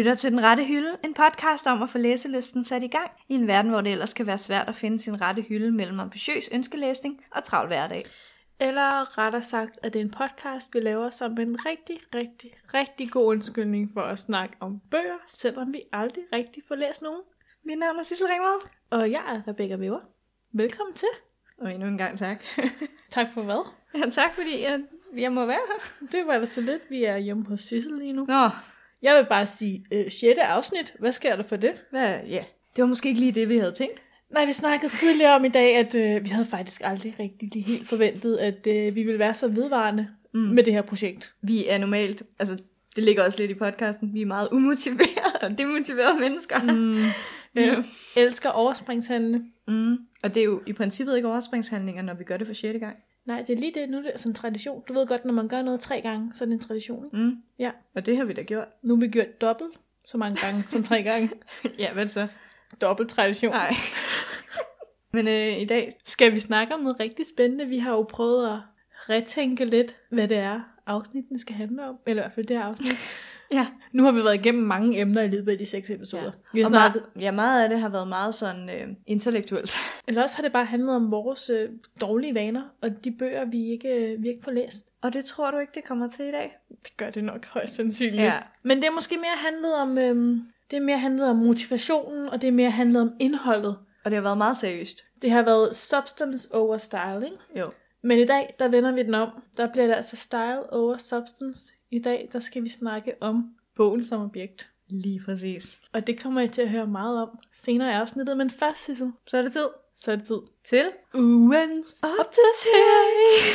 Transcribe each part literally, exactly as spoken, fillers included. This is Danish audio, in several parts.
lytter til Den Rette Hylde, en podcast om at få læselysten sat i gang i en verden, hvor det ellers kan være svært at finde sin rette hylde mellem ambitiøs ønskelæsning og travl hverdag. Eller rettere sagt, at det er en podcast, vi laver som en rigtig, rigtig, rigtig god undskyldning for at snakke om bøger, selvom vi aldrig rigtig får læst nogen. Mit navn er Sissel Ringvad. Og jeg er Rebecca Weber. Velkommen til. Og endnu en gang tak. Tak for hvad? Ja, tak fordi jeg, jeg må være her. Det var da så lidt. Vi er hjemme hos Sissel lige nu. Nå. Jeg vil bare sige, øh, sjette afsnit. Hvad sker der for det? Hvad? Ja, det var måske ikke lige det, vi havde tænkt. Nej, vi snakkede tidligere om i dag, at øh, vi havde faktisk aldrig rigtig lige helt forventet, at øh, vi ville være så vedvarende mm. med det her projekt. Vi er normalt, altså det ligger også lidt i podcasten, vi er meget umotiverede og demotiverede mennesker. Mm. Vi øh. elsker overspringshandlende. Mm. Og det er jo i princippet ikke overspringshandlinger, når vi gør det for sjette gang. Nej, det er lige det. Nu er det sådan en tradition. Du ved godt, når man gør noget tre gange, så er det en tradition. Ikke? Mm. Ja. Og det har vi da gjort. Nu har vi gjort dobbelt så mange gange som tre gange. Ja, hvad så? Dobbelt tradition. Nej. Men øh, i dag skal vi snakke om noget rigtig spændende. Vi har jo prøvet at retænke lidt, hvad det er, afsnitten skal handle om. Eller i hvert fald det her afsnit. Ja. Nu har vi været igennem mange emner i løbet af de seks episoder. Ja. Vi har og snakket... meget, ja, meget af det har været meget sådan øh, intellektuelt. Eller også har det bare handlet om vores øh, dårlige vaner, og de bøger, vi ikke, øh, vi ikke får læst. Og det tror du ikke, det kommer til i dag? Det gør det nok højst sandsynligt. Ja. Men det er måske mere handlet om, øh, det er mere handlet om motivationen, og det er mere handlet om indholdet. Og det har været meget seriøst. Det har været substance over style, ikke? Jo. Men i dag, der vender vi den om. Der bliver det altså style over substance. I dag, der skal vi snakke om bogen som objekt. Lige præcis. Og det kommer jeg til at høre meget om senere i afsnittet. Men først, Sissel, så er det tid. Så er det tid til ugens opdatering.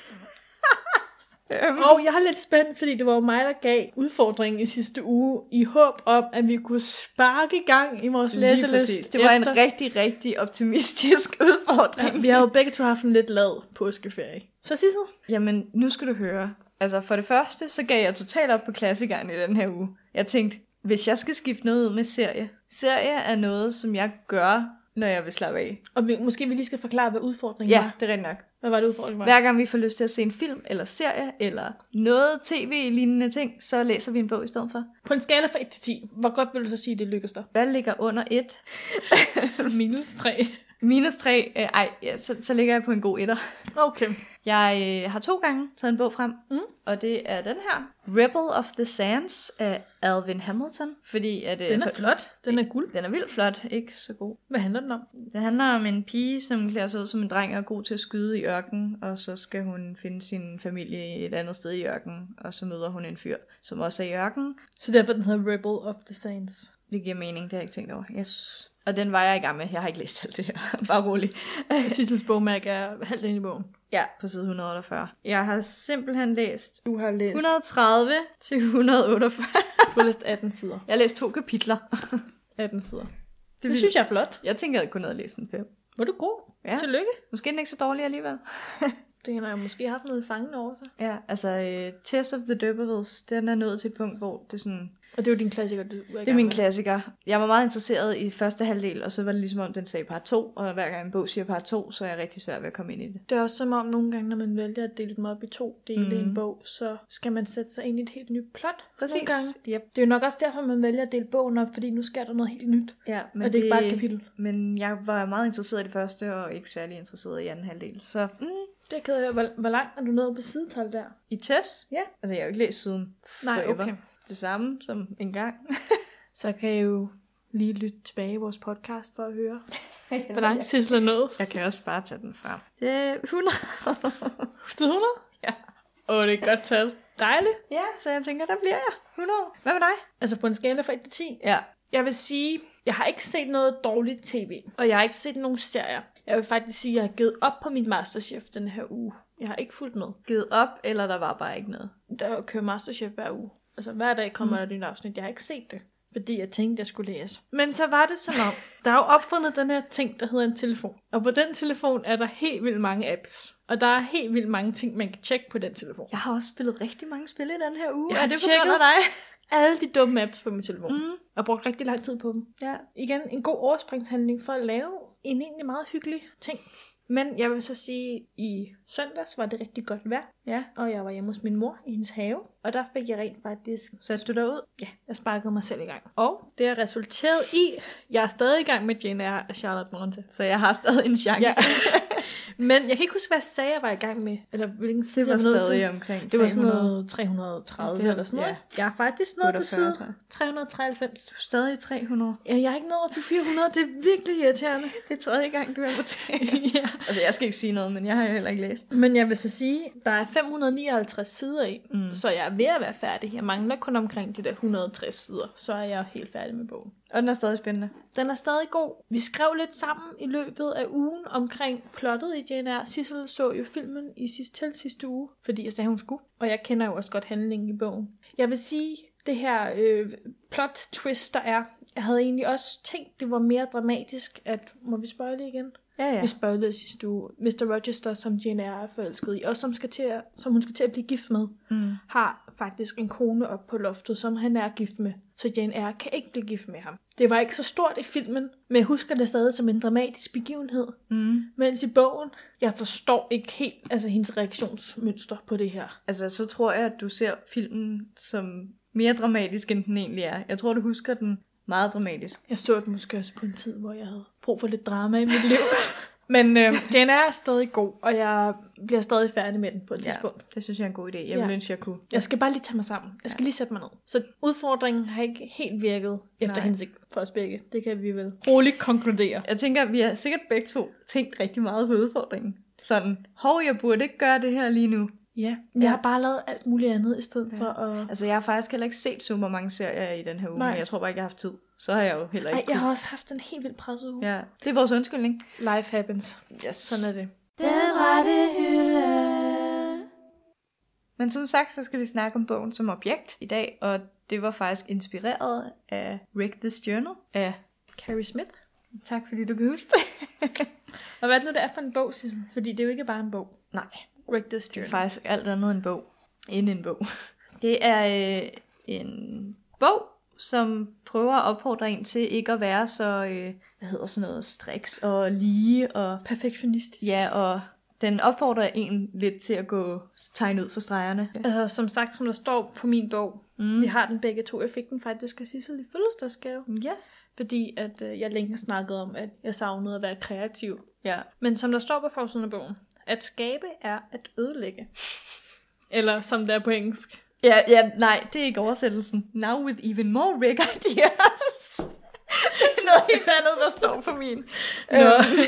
Og jeg har lidt spændt, fordi det var jo mig, der gav udfordringen i sidste uge, i håb om, at vi kunne sparke i gang i vores læselyst. Det var efter... en rigtig, rigtig optimistisk udfordring. Ja, vi har jo begge to haft en lidt lad påskeferie. Så Sissel? Jamen, nu skal du høre. Altså, for det første, så gav jeg totalt op på klassikeren i den her uge. Jeg tænkte, hvis jeg skal skifte noget ud med serie. Serie er noget, som jeg gør, når jeg vil slappe af. Og vi, måske vi lige skal forklare, hvad udfordringen ja, var. Ja, det er rigtig nok. Hvad var det udfordringen var? Hver gang vi får lyst til at se en film, eller serie, eller noget tv-lignende ting, så læser vi en bog i stedet for. På en skala fra et til ti, hvor godt vil du så sige, at det lykkes dig? Hvad ligger under et? Minus tre. Minus tre? Øh, ej, ja, så, så ligger jeg på en god etter. Okay. Jeg øh, har to gange taget en bog frem, mm. og det er den her. Rebel of the Sands af Alvin Hamilton. Fordi at, øh, den er for, flot. Den er guld. Den er vildt flot, ikke så god. Hvad handler den om? Det handler om en pige, som klæder sig ud som en dreng og er god til at skyde i ørkenen, og så skal hun finde sin familie et andet sted i ørkenen, og så møder hun en fyr, som også er i ørkenen. Så derfor den hedder Rebel of the Sands. Det giver mening, det har jeg ikke tænkt over. Yes. Og den var jeg i gang med. Jeg har ikke læst alt det her. Bare rolig. Sissels bogmærke er halvt ind i bogen. Ja, på side et hundrede og otteogfyrre. Jeg har simpelthen læst... Du har læst... et hundrede og tredive til et hundrede og otteogfyrre. Du har læst atten sider. Jeg har læst to kapitler. atten sider. Det, det vil... synes jeg er flot. Jeg tænker, jeg kun havde læst en fem. Var du god? Ja. Tillykke. Måske den ikke så dårlig alligevel. Det har jeg måske haft noget fangende over sig. Ja, altså uh, Test of the D'Urbervilles, den er nået til et punkt, hvor det sådan... Og det er jo din klassiker, du er Det er min klassiker. Jeg var meget interesseret i første halvdel, og så var det ligesom om, den sagde part to, og hver gang en bog siger part to, så er jeg rigtig svært ved at komme ind i det. Det er også som om nogle gange, når man vælger at dele dem op i to dele mm. i en bog, så skal man sætte sig ind i et helt nyt plot. Præcis. Nogle gange. Yep. Det er jo nok også derfor, man vælger at dele bogen op, fordi nu sker der noget helt nyt. Ja, men og det er ikke bare et kapitel. Men jeg var meget interesseret i det første, og ikke særlig interesseret i anden halvdel. Så mm. det er ked af. Hvor, hvor langt er du nået på sidetal der? I test? Ja. Altså, jeg har jo ikke læst siden Nej, forever. Okay. Det samme som en gang. Så kan jeg jo lige lytte tilbage i vores podcast for at høre, hvor langt Sissel er nået. Jeg kan også bare tage den fra. Det er hundrede. Side hundrede? Ja. Åh, det er et godt tal. Dejligt. Ja, så jeg tænker, der bliver jeg. hundrede. Hvad med dig? Altså på en skala fra et til ti? Ja. Jeg vil sige, jeg har ikke set noget dårligt tv, og jeg har ikke set nogen serier. Jeg vil faktisk sige, at jeg har givet op på mit Masterchef den her uge. Jeg har ikke fulgt med. Givet op, eller der var bare ikke noget? Der kører Masterchef hver uge. Altså hver dag kommer mm. der et nyt afsnit. Jeg har ikke set det, fordi jeg tænkte, jeg skulle læse. Men så var det sådan om, der er jo opfundet den her ting, der hedder en telefon. Og på den telefon er der helt vildt mange apps. Og der er helt vildt mange ting, man kan tjekke på den telefon. Jeg har også spillet rigtig mange spil i den her uge. Jeg er det på grund af dig? Alle de dumme apps på min telefon. Mm. Og brugt rigtig lang tid på dem. Ja. Igen, en god overspringshandling for at lave en egentlig meget hyggelig ting. Men jeg vil så sige, i søndags var det rigtig godt vejr. Ja. Og jeg var hjemme hos min mor i hendes have. Og der fik jeg rent faktisk... Satte du derud? Ja, jeg sparkede mig selv i gang. Og det har resulteret i... Jeg er stadig i gang med Jane Eyre af Charlotte Bronte. Så jeg har stadig en chance. Ja. Men jeg kan ikke huske, hvad jeg sagde, jeg var i gang med. Eller hvilken side det var jeg var nødt stadig til. omkring Det var sådan noget tre hundrede og tredive det, eller sådan noget. Ja. Jeg er faktisk nået til otteogfyrre, side tror jeg. tre hundrede og treoghalvfems. Du er stadig tre hundrede. Ja, jeg er ikke nået over til fire hundrede. Det er virkelig irriterende. Det er tredje gang, du er på tale. Ja. Altså, jeg skal ikke sige noget, men jeg har heller ikke læst. Men jeg vil så sige, der er fem hundrede og nioghalvtreds sider i, Mm. så jeg er ved at være færdig. Jeg mangler kun omkring de der et hundrede og tres sider, så er jeg helt færdig med bogen. Og den er stadig spændende. Den er stadig god. Vi skrev lidt sammen i løbet af ugen omkring plottet i Jane Eyre. Sissel så jo filmen i sidste, til sidste uge, fordi jeg sagde, hun skulle. Og jeg kender jo også godt handlingen i bogen. Jeg vil sige, det her øh, plot twist, der er, jeg havde egentlig også tænkt, det var mere dramatisk, at, må vi spoile igen? Ja, ja. Vi spoilede sidste uge. mister Rochester, som Jane Eyre er forelsket i, og som, skal til at, som hun skal til at blive gift med, Mm. har faktisk en kone op på loftet, som han er gift med. Så Jane Eyre kan ikke blive gift med ham. Det var ikke så stort i filmen, men jeg husker det stadig som en dramatisk begivenhed. Mm. Mens i bogen, jeg forstår ikke helt altså, hendes reaktionsmønster på det her. Altså, så tror jeg, at du ser filmen som mere dramatisk, end den egentlig er. Jeg tror, du husker den meget dramatisk. Jeg så den måske også på en tid, hvor jeg havde brug for lidt drama i mit liv. Men øh, Jane Eyre er stadig god, og jeg bliver stadig færdig med den på et Ja, tidspunkt. det synes jeg er en god idé. Jeg Ja. ville ønske, jeg kunne. Jeg skal bare lige tage mig sammen. Jeg skal lige sætte mig ned. Så udfordringen har ikke helt virket efter Nej. hensigt for os begge. Det kan vi vel roligt konkludere. Jeg tænker, at vi har sikkert begge to tænkt rigtig meget på udfordringen. Sådan, hov, jeg burde ikke gøre det her lige nu. Ja, jeg Ja. har bare lavet alt muligt andet i stedet Ja. for at... Altså, jeg har faktisk heller ikke set super mange serier i den her uge, Nej. men jeg tror bare ikke, jeg har haft tid. Så har jeg jo heller Ej, ikke jeg kunne. har også haft en helt vildt presset uge. Ja, det er vores undskyldning. Life happens. Yes. Sådan er det. Den rette hylde. Men som sagt, så skal vi snakke om bogen som objekt i dag, og det var faktisk inspireret af Rick This Journal af... Carrie Smith. Tak fordi du kan huske det. Og hvad er det nu, det er for en bog, Sissel? Fordi det er jo ikke bare en bog. Nej, Rick This det er Journal. faktisk alt andet end en bog. End en bog. Det er øh, en bog, som prøver at opfordre en til ikke at være så, øh, hvad hedder sådan noget, striks og lige og... Perfektionistisk. Ja, og den opfordrer en lidt til at gå tegn ud for stregerne. Altså, som sagt, som der står på min bog. Mm. Vi har den begge to. Jeg fik den faktisk af Sissel i fødselsdagsgave. Yes. Fordi at øh, jeg længe har snakket om, at jeg savnede at være kreativ. Ja. Men som der står på forsiden af bogen, at skabe er at ødelægge. Eller som det er på engelsk. Ja, ja, nej, det er ikke oversættelsen. Now with even more Rick ideas. Det er noget helt andet, der står på min. Nå,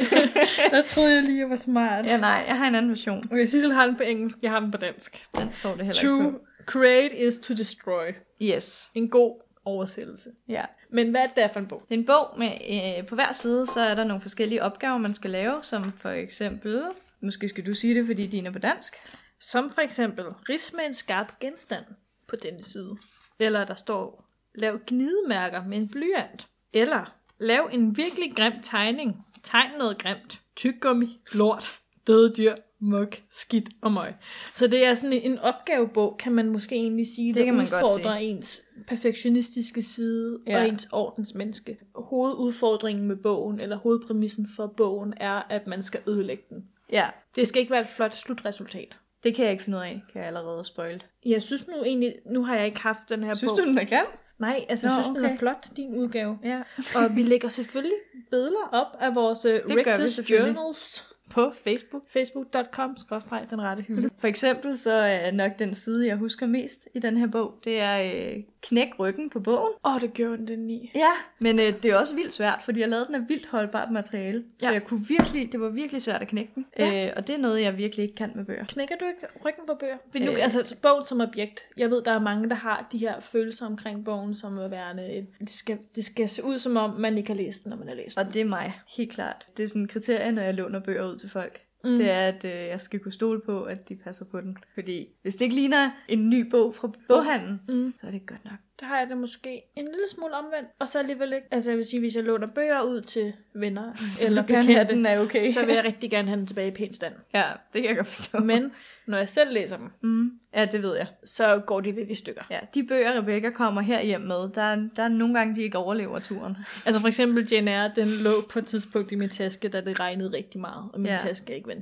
der troede jeg lige, jeg var smart. Ja, nej, jeg har en anden version. Okay, Sissel har den på engelsk, jeg har den på dansk. Den står det heller To ikke på. create is to destroy. Yes. En god oversættelse. Ja. Men hvad er det der for en bog? Det er en bog med, øh, på hver side, så er der nogle forskellige opgaver, man skal lave, som for eksempel, måske skal du sige det, fordi din er på dansk. Som for eksempel, rids med en skarp genstand på denne side. Eller der står, lav gnidemærker med en blyant. Eller, lav en virkelig grim tegning. Tegn noget grimt. Tyggegummi, lort, døde dyr, mug, skidt og møg. Så det er sådan en, en opgavebog, kan man måske egentlig sige, Det der kan man godt udfordrer sige. ens perfektionistiske side Ja. og ens ordensmenneske. Hovedudfordringen med bogen, eller hovedpræmissen for bogen, er, at man skal ødelægge den. Ja, Det skal ikke være et flot slutresultat. det kan jeg ikke finde ud af, kan jeg allerede spoil. Jeg synes nu egentlig, nu har jeg ikke haft den her Synes bog. du, den er grim? Nej, altså jeg Nå, synes, den okay. er flot, din udgave. Ja. Og vi lægger selvfølgelig billeder op af vores uh, gør vi Rick This selvfølgelig. Journals på Facebook. facebook punktum com skråstreg den rette hylde. For eksempel så er nok den side, jeg husker mest i den her bog, det er øh, knæk ryggen på bogen. Åh, oh, det gjorde den den i. Ja, men øh, det er også vildt svært, fordi jeg lavede den af vildt holdbart materiale. Ja. Så Ja. jeg kunne virkelig, det var virkelig svært at knække den. Ja. Øh, og det er noget, jeg virkelig ikke kan med bøger. Knækker du ikke ryggen på bøger? Vil nu, Øh. altså bogen som objekt. Jeg ved, der er mange, der har de her følelser omkring bogen, som er værende. Et, det, skal, det skal se ud, som om man ikke har læst den, når man har læst den. Og det er mig, helt klart. Det er sådan en kriterie, når jeg låner bøger ud til folk. Mm. Mm. Det er, at øh, jeg skal kunne stole på, at de passer på den. Fordi hvis det ikke ligner en ny bog fra boghandlen, Mm. så er det ikke godt nok. Der har jeg det måske en lille smule omvendt, og så alligevel ikke. Altså jeg vil sige, hvis jeg låner bøger ud til venner eller du gerne have, bekendte, den er okay. så vil jeg rigtig gerne have den tilbage i pæn stand. Ja, det kan jeg godt forstå. Men når jeg selv læser dem, Mm. Ja, det ved jeg. så går de lidt i stykker. Ja, de bøger, Rebecca kommer her hjem med, der er, der er nogle gange, de ikke overlever turen. Altså for eksempel Jane Eyre, den lå på et tidspunkt i min taske, da det regnede rigtig meget, og min Ja. taske er ikke vendt tæt.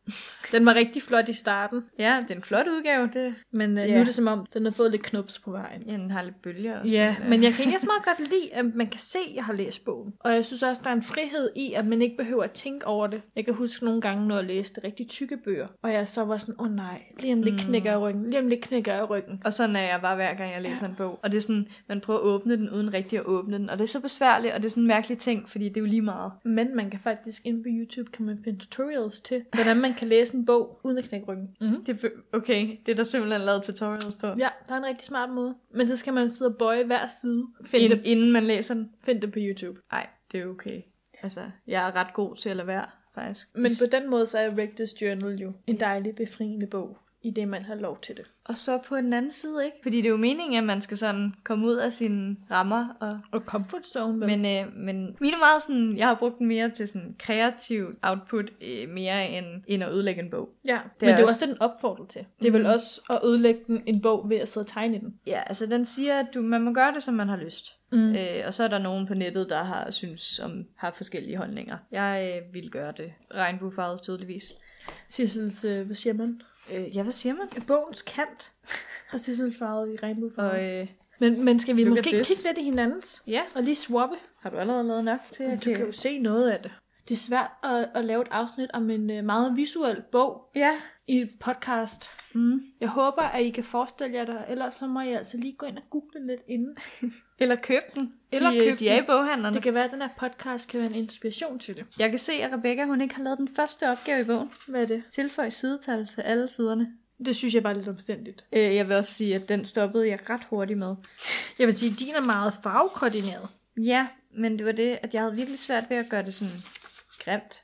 Den var rigtig flot i starten, Ja, det er en flot udgave. Det... men uh, Ja. nu er det som om, den har fået lidt knups på vejen. Ja, den har lidt bølger. Og Ja, sådan, men jeg kan egentlig også meget godt lide, at man kan se, at jeg har læst bogen. Og jeg synes også, der er en frihed i, at man ikke behøver at tænke over det. Jeg kan huske nogle gange, når jeg læste rigtig tykke bøger, og jeg så var sådan, åh oh, nej, lige om lidt knækker jeg ryggen, lige om lidt knækker jeg ryggen. Og sådan er jeg bare hver gang, jeg læser ja. en bog. Og det er sådan, man prøver at åbne den, uden rigtig at åbne den. Og det er så besværligt, og det er sådan en mærkelig ting, fordi det er jo lige meget. Men man kan faktisk, inde på YouTube, kan man finde tutorials til, hvordan man kan læse en bog, uden at knække ryggen. Mm-hmm. Det er, okay, det er der simpelthen lavet tutorials på. Ja, der er en rigtig smart måde. Men så skal man sidde og bøje hver side. Find, Ind, det, inden man læser den. find det på YouTube. Nej, det er okay. Altså, jeg er ret god til at lade være, faktisk. Men på den måde, så er Rector's Journal jo en dejlig, befriende bog, i det man har lov til det. Og så på den anden side, ikke? Fordi det er jo meningen, at man skal sådan komme ud af sine rammer. Og... Og comfort zone. Vel? Men, øh, men min er meget sådan, jeg har brugt den mere til sådan kreativ output, øh, mere end, end at ødelægge en bog. Ja, det men det er også det, den opfordrer til. Det er vel også at ødelægge den, en bog ved at sidde og tegne i den. Ja, altså den siger, at du, man må gøre det, som man har lyst. Mm. Øh, og så er der nogen på nettet, der har synes, som har forskellige holdninger. Jeg øh, vil gøre det regnbuefarvet tydeligvis. Sissels, øh, hvad siger man? Øh, ja, hvad siger man? Bogens kant har Sissels farvet i regnbuefarvet. Og, øh, men, men skal vi look måske at this. kigge lidt i hinandens? Ja. Og lige swappe? Har du allerede lavet nok til at Du kan jo se noget af det. Det er svært at, at lave et afsnit om en uh, meget visuel bog Ja. i et podcast. Mm. Jeg håber, at I kan forestille jer det, ellers så må jeg altså lige gå ind og google lidt inden. Eller køb den. Eller de, køb de er i den. boghandlerne. Det kan være, at den her podcast kan være en inspiration til det. Jeg kan se, at Rebecca, hun ikke har lavet den første opgave i bogen. Hvad er det? Tilføj sidetal til alle siderne. Det synes jeg bare er lidt omstændigt. Øh, jeg vil også sige, at den stoppede jeg ret hurtigt med. Jeg vil sige, at din er meget farvekoordineret. Ja, men det var det, at jeg havde virkelig svært ved at gøre det sådan grimt.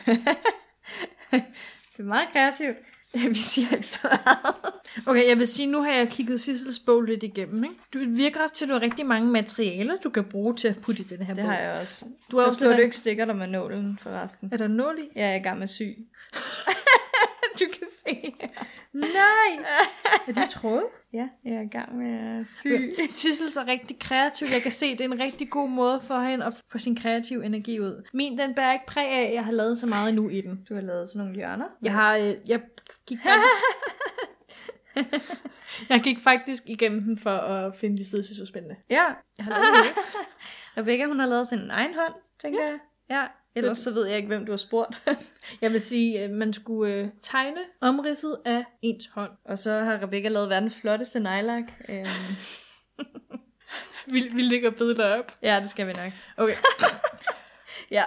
Det er meget kreativt. Vi siger ikke så meget. Okay, jeg vil sige, nu har jeg kigget Sissels bog lidt igennem, ikke? Du virker også til, at du har rigtig mange materialer, du kan bruge til at putte i den her Det bog. har jeg også. Du har Så også skal den- du ikke stikker dig med nålen forresten. Er der nål i? Jeg er i gang med syg. Du kan se. Nej! Er det tråd? Ja, jeg er i gang med at sy. Sissels er rigtig kreativ. Jeg kan se, det er en rigtig god måde for hende at få sin kreative energi ud. Min, den bærer ikke præg af, at jeg har lavet så meget endnu i den. Du har lavet sådan nogle hjørner. Jeg har, øh, jeg gik faktisk... jeg gik faktisk igennem den for at finde de sider, jeg synes er spændende. Ja. Jeg har lavet det. Rebecca, hun har lavet sin egen hånd, tænker ja. jeg. Ja. Ellers så ved jeg ikke, hvem du har spurgt. Jeg vil sige, at man skulle øh, tegne omridset af ens hånd. Og så har Rebecca lavet verdens flotteste nejlak. Øhm. Vi, vi lægger billeder op. Ja, det skal vi nok. Okay. Ja.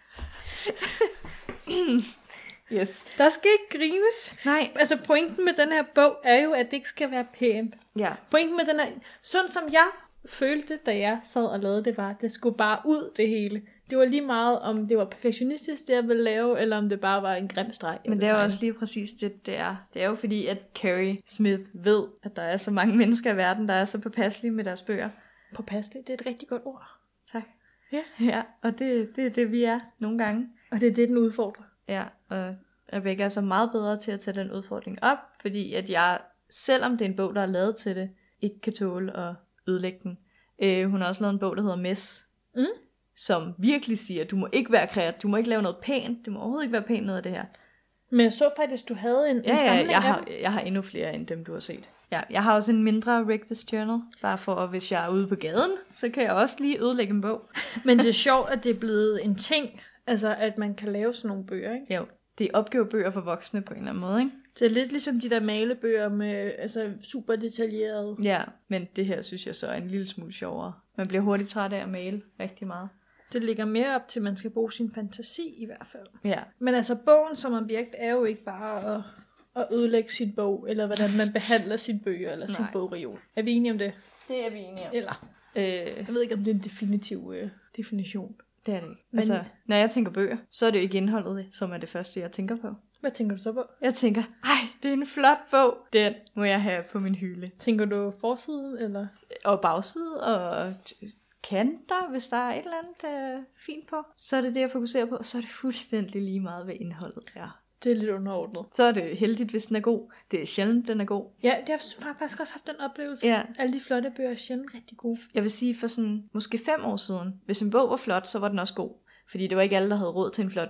Yes. Der skal ikke grines. Nej. Altså pointen med den her bog er jo, at det ikke skal være pænt. Ja. Pointen med den her, sådan som jeg følte, da jeg sad og lavede det, var, det skulle bare ud det hele. Det var lige meget, om det var perfektionistisk, det jeg ville lave, eller om det bare var en grim streg. Men det er jo også lige præcis det, det er. Det er jo fordi, at Carrie Smith ved, at der er så mange mennesker i verden, der er så påpasselige med deres bøger. Påpasselig, det er et rigtig godt ord. Tak. Ja. Ja, og det, det er det, vi er nogle gange. Og det er det, den udfordrer. Ja, og Rebecca er så meget bedre til at tage den udfordring op, fordi at jeg, selvom det er en bog, der er lavet til det, ikke kan tåle at ødelægge den. Øh, hun har også lavet en bog, der hedder Mess, Mm. som virkelig siger, at du må ikke være kreativ, du må ikke lave noget pænt, det må overhovedet ikke være pænt noget af det her. Men jeg så faktisk, du havde en, Ja, en ja, samling jeg af har, dem. jeg har endnu flere end dem, du har set. Ja, jeg har også en mindre Rector's Journal, bare for, at hvis jeg er ude på gaden, så kan jeg også lige ødelægge en bog. Men det er sjovt, at det er blevet en ting, altså at man kan lave sådan nogle bøger, ikke? Jo, det er opgavebøger for voksne på en eller anden måde, ikke? Det er lidt ligesom de der malebøger med altså super detaljerede. Ja, men det her synes jeg så er en lille smule sjovere. Man bliver hurtigt træt af at male rigtig meget. Det ligger mere op til, at man skal bruge sin fantasi i hvert fald. Ja, Men altså, bogen som objekt er jo ikke bare at, at ødelægge sin bog, eller hvordan man behandler sin bøger, eller sin Nej. bogreol. Er vi enige om det? det er vi enige om. Eller, Øh, jeg ved ikke, om det er en definitiv øh, definition. det er det ikke. Men- Altså, når jeg tænker bøger, så er det jo ikke indholdet, som er det første, jeg tænker på. Hvad tænker du så på? Jeg tænker, ej, det er en flot bog. Den må jeg have på min hylde. Tænker du forsiden, eller? Og bagside, og t- kanter, hvis der er et eller andet øh, fint på. Så er det det, jeg fokuserer på. Og så er det fuldstændig lige meget, hvad indholdet er. Det er lidt underordnet. Så er det heldigt, hvis den er god. Det er sjældent, den er god. Ja, det har jeg faktisk også haft den oplevelse. Ja. Alle de flotte bøger er sjældent rigtig gode. Jeg vil sige, for sådan måske fem år siden, hvis en bog var flot, så var den også god. Fordi det var ikke alle, der havde råd til en flot bog.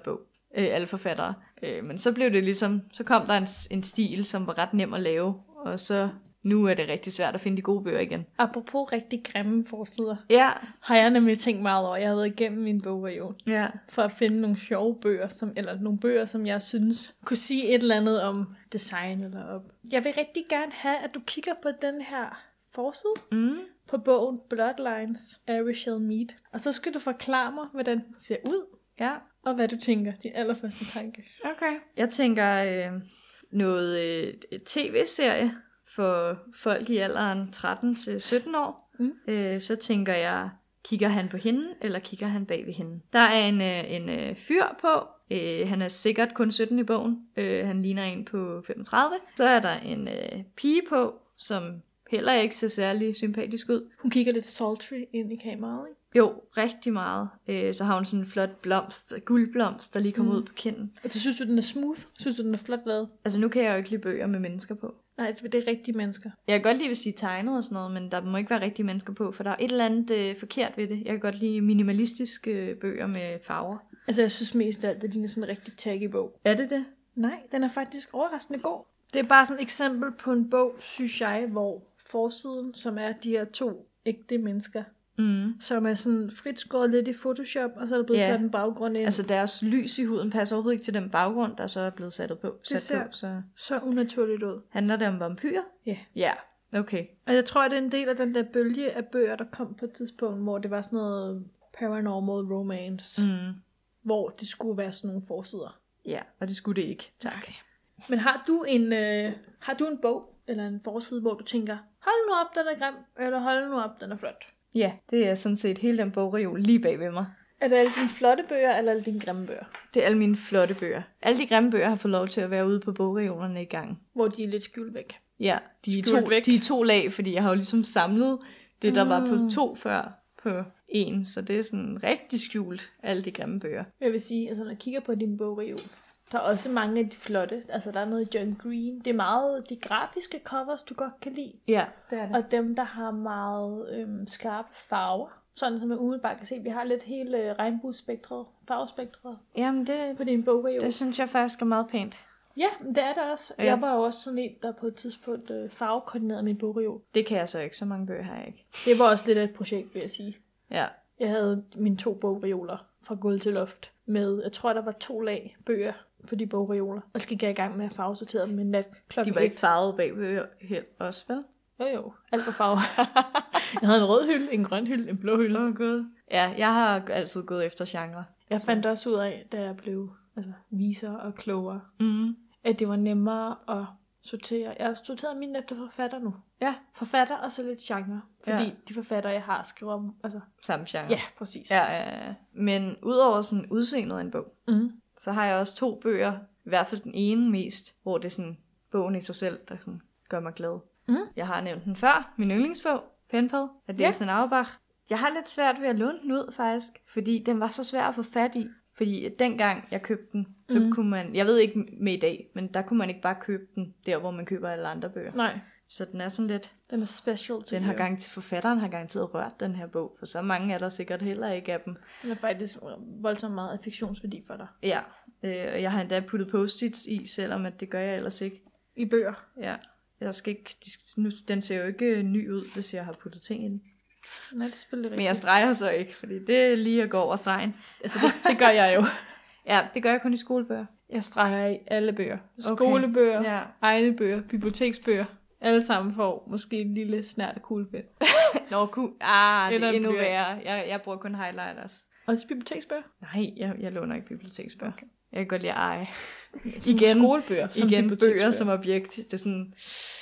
øh, alle forfattere. Øh, men så blev det ligesom, så kom der en, en stil, som var ret nem at lave, og så nu er det rigtig svært at finde de gode bøger igen. Apropos rigtig grimme forsider, ja. har jeg nemlig tænkt meget over. Jeg har været igennem min bogreol ja. for at finde nogle sjove bøger, som, eller nogle bøger, som jeg synes kunne sige et eller andet om design eller op. Jeg vil rigtig gerne have, at du kigger på den her forside mm. på bogen Bloodlines af Rachel Mead. Og så skal du forklare mig, hvordan den ser ud, ja. og hvad du tænker, din allerførste tanke. Okay. Jeg tænker øh, noget øh, tv-serie for folk i alderen tretten til sytten år. Mm. Øh, så tænker jeg, kigger han på hende, eller kigger han bag ved hende? Der er en, øh, en øh, fyr på. Øh, han er sikkert kun sytten i bogen. Øh, han ligner en på femogtredive. Så er der en øh, pige på, som heller ikke ser særlig sympatisk ud. Hun kigger lidt sultry ind i kameraet, ikke? Jo, rigtig meget. Øh, så har hun sådan en flot blomst, guldblomst, der lige kommer mm. ud på kinden. Og så synes du, den er smooth? Synes du, den er flot lavet? Altså nu kan jeg jo ikke lide bøger med mennesker på. Nej, det er rigtige mennesker. Jeg kan godt lide, hvis de er tegnet og sådan noget, men der må ikke være rigtige mennesker på, for der er et eller andet øh, forkert ved det. Jeg kan godt lide minimalistiske bøger med farver. Altså jeg synes mest af alt, at det er sådan en rigtig taggy bog. Er det det? Nej, den er faktisk overraskende god. Det er bare sådan et eksempel på en bog, synes jeg, hvor forsiden, som er de her to ægte mennesker, mm. som er sådan frit skåret lidt i Photoshop, og så er der blevet yeah. sat en baggrund ind. Altså deres lys i huden passer overhovedet ikke til den baggrund, der så er blevet sat på. Det sat ser på, så... så unaturligt ud. Handler det om vampyrer? Ja. Yeah. Ja, yeah. okay. Og jeg tror, at det er en del af den der bølge af bøger, der kom på et tidspunkt, hvor det var sådan noget paranormal romance, mm. hvor det skulle være sådan nogle forsider. Ja, og det skulle det ikke. Tak. Okay. Men har du en øh, har du en bog eller en forside, hvor du tænker, hold nu op, den er grim, eller hold nu op, den er flot? Ja, det er sådan set hele den bogreol lige bag ved mig. Er det alle dine flotte bøger, eller alle dine grimme bøger? Det er alle mine flotte bøger. Alle de grimme bøger har fået lov til at være ude på bogreolerne i gang. Hvor de er lidt skjult væk. Ja, de er, to, de er to lag, fordi jeg har jo ligesom samlet det, der mm. var på to før på en. Så det er sådan rigtig skjult, alle de grimme bøger. Jeg vil sige, altså når jeg kigger på din bogreol, der er også mange af de flotte. Altså der er noget John Green. Det er meget de grafiske covers, du godt kan lide. Ja, det er det. Og dem, der har meget øhm, skarpe farver. Sådan som jeg umiddelbart kan se. Vi har lidt hele regnbuespektret, farvespektret. Jamen det, på din bogreol. Det synes jeg faktisk er meget pænt. Ja, det er det også. Ja. Jeg var jo også sådan en, der på et tidspunkt øh, farvekoordinerede min bogreol. Det kan jeg så ikke. Så mange bøger har jeg ikke. Det var også lidt af et projekt, vil jeg sige. Ja. Jeg havde mine to bogreoler fra gulv til loft. Med, jeg tror, der var to lag bøger på de bogreoler. Og så gik jeg i gang med at farvesortere dem med nat klokken. De var ikke farvet bagved helt også, vel? Jo jo, alt var farve. Jeg havde en rød hylde, en grøn hylde, en blå hylde. Åh oh, gud. Ja, jeg har altid gået efter genre. Jeg fandt så. også ud af, da jeg blev altså, visere og klogere, mm. at det var nemmere at sortere. Jeg har sorteret mine efter forfatter nu. Ja. Forfatter og så lidt genre. Fordi ja. de forfattere, jeg har, skriver om altså... samme genre. Ja, præcis. Ja, ja, ja. Men udover sådan udseendet af en bog, mm. så har jeg også to bøger, i hvert fald den ene mest, hvor det er sådan bogen i sig selv, der sådan gør mig glad. Mm. Jeg har nævnt den før, min yndlingsbog, Penpal, af Daphne ja. Auerbach. Jeg har lidt svært ved at låne den ud, faktisk, fordi den var så svær at få fat i. Fordi dengang jeg købte den, så mm. kunne man, jeg ved ikke med i dag, men der kunne man ikke bare købe den der, hvor man køber alle andre bøger. Nej. Så den er sådan lidt... Den er special til den har gang til forfatteren har garanteret rørt den her bog, for så mange er der sikkert heller ikke af dem. Den er faktisk voldsomt meget af fiktionsværdi for dig. Ja, øh, og jeg har endda puttet post-its i, selvom at det gør jeg ellers ikke. I bøger? Ja. Jeg skal ikke, de skal, nu, den ser jo ikke ny ud, hvis jeg har puttet ting i den. Nej, det er selvfølgelig rigtigt. Men jeg streger så ikke, fordi det er lige at gå over stregen. Altså det, det gør jeg jo. Ja, det gør jeg kun i skolebøger. Jeg streger i alle bøger. Skolebøger, okay. ja. egne bøger, biblioteksbøger. Alle sammen får måske en lille snært af kuglepen. Nå, cool. Ah, det er endnu værre. Jeg, jeg bruger kun highlighters. Også biblioteksbøger? Nej, jeg, jeg låner ikke biblioteksbøger. Okay. Jeg kan godt lide at eje. Som igen, skolebøger. Som igen bøger som objekt. Det er sådan,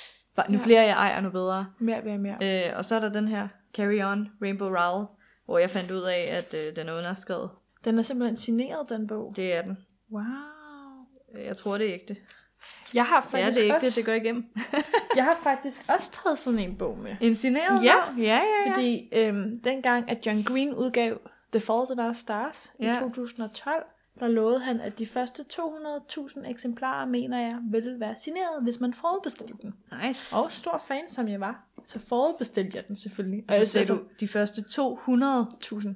nu ja. flere jeg ejer, nu bedre. Mere, mere, mere. Øh, og så er der den her Carry On, Rainbow Rowell, hvor jeg fandt ud af, at øh, den er underskrevet. Den er simpelthen signeret, den bog? Det er den. Wow. Jeg tror, det er ægte. Jeg har faktisk ja, det er også... ægte, det går igennem. Jeg har faktisk også taget sådan en bog med. En signeret ja. bog? Ja, ja, ja. Fordi øhm, dengang, at John Green udgav The Fault in Our Stars ja. i to tusind og tolv, der lovede han, at de første to hundrede tusind eksemplarer, mener jeg, ville være signeret, hvis man forudbestilte den. Nice. Og stor fan, som jeg var, så forudbestilte jeg den selvfølgelig. Og så sagde du, de første to hundrede tusind. Åh,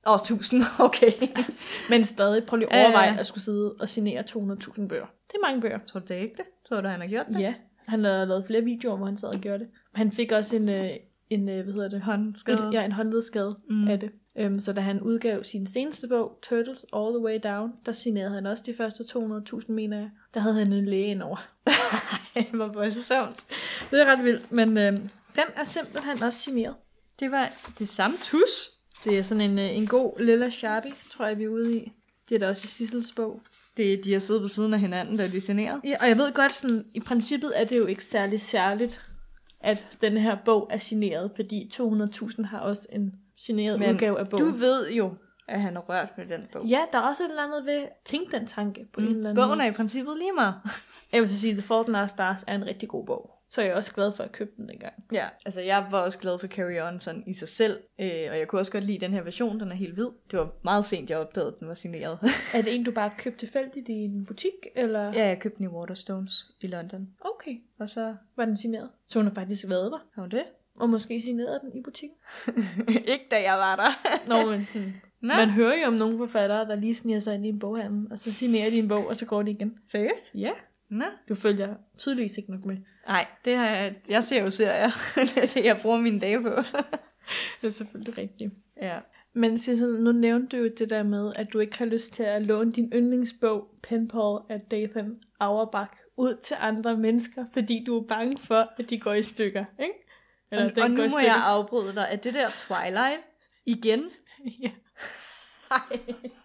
Åh, oh, tusind, okay. Men stadig, prøv lige at overveje Øh. at skulle sidde og signere to hundrede tusind bøger. Det er mange bøger. Tror du det ikke det? Tror du, han har gjort det? Ja, han har lavet flere videoer, hvor han sad og gjorde det. Han fik også en, øh, en øh, hvad hedder det? Håndskade. Et, ja, en håndledskade Mm. af det. Um, så da han udgav sin seneste bog, Turtles All the Way Down, der signerede han også de første to hundrede tusind, mener jeg. Der havde han en læge indover. Det var voldsomt. Det er ret vildt, men øh, den er simpelthen også signeret. Det var det samme tus. Det er sådan en, øh, en god lilla Sharpie, tror jeg, vi er ude i. Det er der også i Sissels bog. Det, de har siddet ved siden af hinanden, da de signerede. Ja, og jeg ved godt, sådan, i princippet er det jo ikke særlig særligt, at den her bog er signeret, fordi to hundrede tusind har også en signeret Men udgave af bogen. du ved jo, at han har rørt med den bog. Ja, der er også et eller andet ved at tænke den tanke på mm. en eller anden Bogen måde. er i princippet lige meget. Jeg vil så sige, The Fault in Our Stars er en rigtig god bog. Så er jeg også glad for at købe den dengang. Ja, altså jeg var også glad for Carry On sådan i sig selv, øh, og jeg kunne også godt lide den her version, den er helt hvid. Det var meget sent, jeg opdagede, at den var signeret. Er det en, du bare købte tilfældigt i en butik, eller? Ja, jeg købte den i Waterstones i London. Okay. Og så Var den signeret? Så hun har faktisk været der. har hun det. Og måske signerede den i butikken. Ikke da jeg var der. Nå, men sådan. Man hører jo om nogle forfattere, der lige sniger sig ind i en boghandel, og så signerer de en bog, og så går de igen. Seriøst? Ja. Nå. Du følger tydeligvis ikke nok med. Nej, det har jeg, jeg ser jo serier. Det er det, jeg bruger mine dage på. Det er selvfølgelig rigtigt. Ja. Men Sissel, nu nævnte du jo det der med, at du ikke har lyst til at låne din yndlingsbog, Penpal af Dathan Auerbach, ud til andre mennesker, fordi du er bange for, at de går i stykker, ikke? Eller Og, den og går nu i må stykker. jeg afbryde dig. Er det der Twilight igen? Ja. Ej.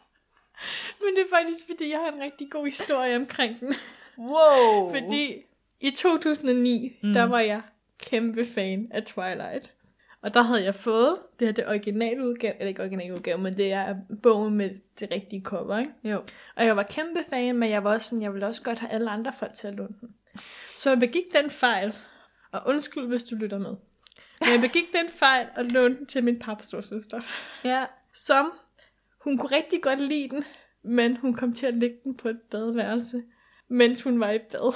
Men det er faktisk, fordi jeg har en rigtig god historie omkring den. Wow. Fordi i to tusind og ni, mm. der var jeg kæmpe fan af Twilight. Og der havde jeg fået, det her det originale udgave, eller ikke originale udgave, men det er bogen med det rigtige cover, ikke? Jo. Og jeg var kæmpe fan, men jeg var også sådan, jeg ville også godt have alle andre folk til at låne den. Så jeg begik den fejl, og undskyld, hvis du lytter med. Men jeg begik den fejl og lånte den til min papstorsøster, Ja. som hun kunne rigtig godt lide den, men hun kom til at lægge den på et badeværelse, mens hun var i bad.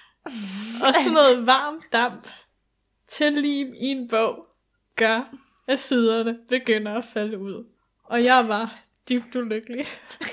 Og sådan noget varm damp til lim i en bog gør, at siderne begynder at falde ud. Og jeg var dybt ulykkelig.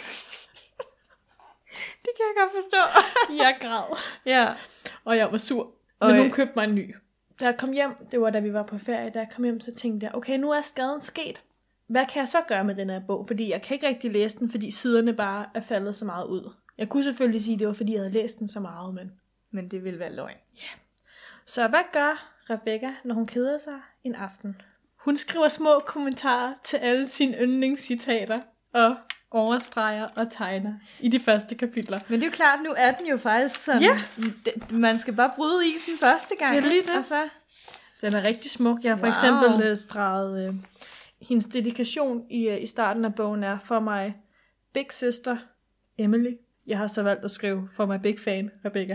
Det kan jeg godt forstå. Jeg græd. Ja. Og jeg var sur. Og Men øh, hun købte mig en ny. Da jeg kom hjem, det var da vi var på ferie, da jeg kom hjem, så tænkte jeg, okay, nu er skaden sket. Hvad kan jeg så gøre med den her bog? Fordi jeg kan ikke rigtig læse den, fordi siderne bare er faldet så meget ud. Jeg kunne selvfølgelig sige, at det var fordi, jeg havde læst den så meget, men... Men det ville være løgn. Så hvad gør Rebecca, når hun keder sig en aften? Hun skriver små kommentarer til alle sine yndlingscitater og overstreger og tegner i de første kapitler. Men det er jo klart, nu er den jo faktisk sådan. Ja. Det, man skal bare bryde isen første gang. Det er lige det. Og så... Den er rigtig smuk. Jeg har for Wow. eksempel uh, streget uh, hendes dedikation i, uh, i starten af bogen er for mig big sister Emily. Jeg har så valgt at skrive for mig big fan Rebecca.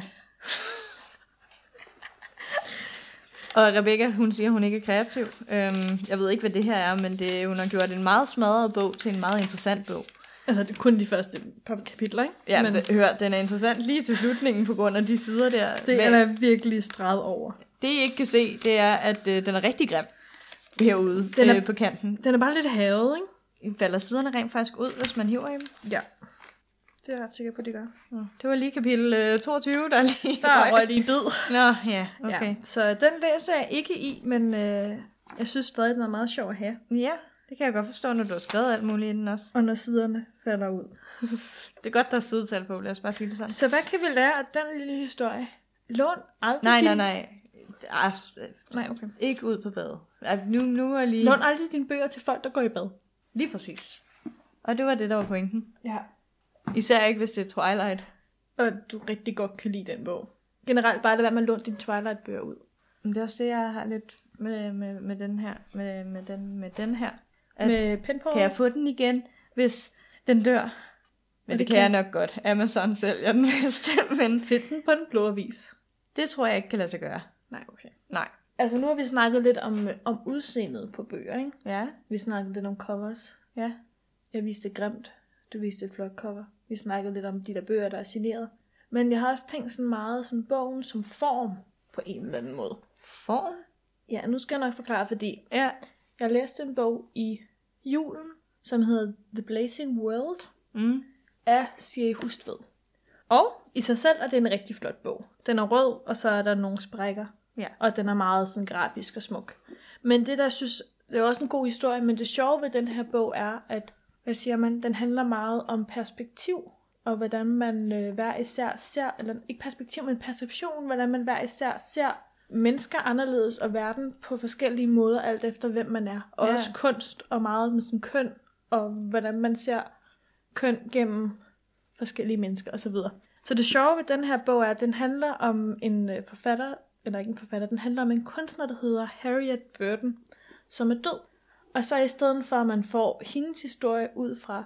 Og Rebecca, hun siger, hun ikke er kreativ. Øhm, jeg ved ikke, hvad det her er, men det, hun har gjort en meget smadret bog til en meget interessant bog. Altså, det er kun de første par kapitler, ikke? Ja, men men hør, den er interessant lige til slutningen på grund af de sider der. det Men er virkelig streget over. det, I ikke kan se, det er, at øh, den er rigtig grim herude Den er- øh, på kanten. Den er bare lidt havet, ikke? Falder siderne rent faktisk ud, hvis man hiver i dem? Ja. Det er jeg ret sikker på, det gør. Det var lige kapitel øh, toogtyve, der lige... Der røg lige en bid. Nå, ja, okay. Ja, så den læser jeg ikke i, men øh, jeg synes stadig, den er meget sjov at have. Ja, det kan jeg godt forstå, når du har skrevet alt muligt i den også. Og når siderne falder ud. Det er godt, der er sidetal på, lad os bare sige det sådan. Så hvad kan vi lære af den lille historie? Lån aldrig Nej, din... nej, nej. Ah, Nej, okay. ikke ud på badet. Ah, nu, nu er jeg lige... Lån aldrig dine bøger til folk, der går i bad. Lige præcis. Og det var det, der var pointen. Ja. Især ikke, hvis det er Twilight. Og du rigtig godt kan lide den bog. Generelt bare lad være med at låne dine Twilight-bøger ud. Men det er også det, jeg har lidt med, med, med den her. Med, med, den, med den her. At, Med Penpal. kan jeg få den igen, hvis den dør? Men det, det det kan kan- jeg nok godt. Amazon sælger den bedste, men Find den på den blå avis. det tror jeg ikke kan lade sig gøre. Nej, okay. Nej. Altså nu har vi snakket lidt om, om udseendet på bøger, ikke? Ja, Vi snakkede lidt om covers. ja. Jeg viste et grimt. Du viste et flot cover. Vi snakkede lidt om de der bøger, der er signeret. Men jeg har også tænkt sådan meget som bogen som form på en eller anden måde. Form? Ja, nu skal jeg nok forklare, fordi Ja. jeg læste en bog i julen, som hedder The Blazing World Mm. af Siri Hustved. Og i sig selv er det en rigtig flot bog. Den er rød, og så er der nogle sprækker. Ja. Og den er meget sådan grafisk og smuk. Men det der synes, det er også en god historie, men det sjove ved den her bog er, at, hvad siger man, den handler meget om perspektiv, og hvordan man øh, hver især ser, eller ikke perspektiv, men perception, hvordan man hver især ser mennesker anderledes og verden på forskellige måder, alt efter hvem man er. Og Ja. også kunst og meget med sådan køn, og hvordan man ser køn gennem forskellige mennesker osv. Så, så det sjove ved den her bog er, at den handler om en øh, forfatter, eller ikke en forfatter, den handler om en kunstner, der hedder Harriet Burton, som er død. Og så i stedet for, at man får hendes historie ud fra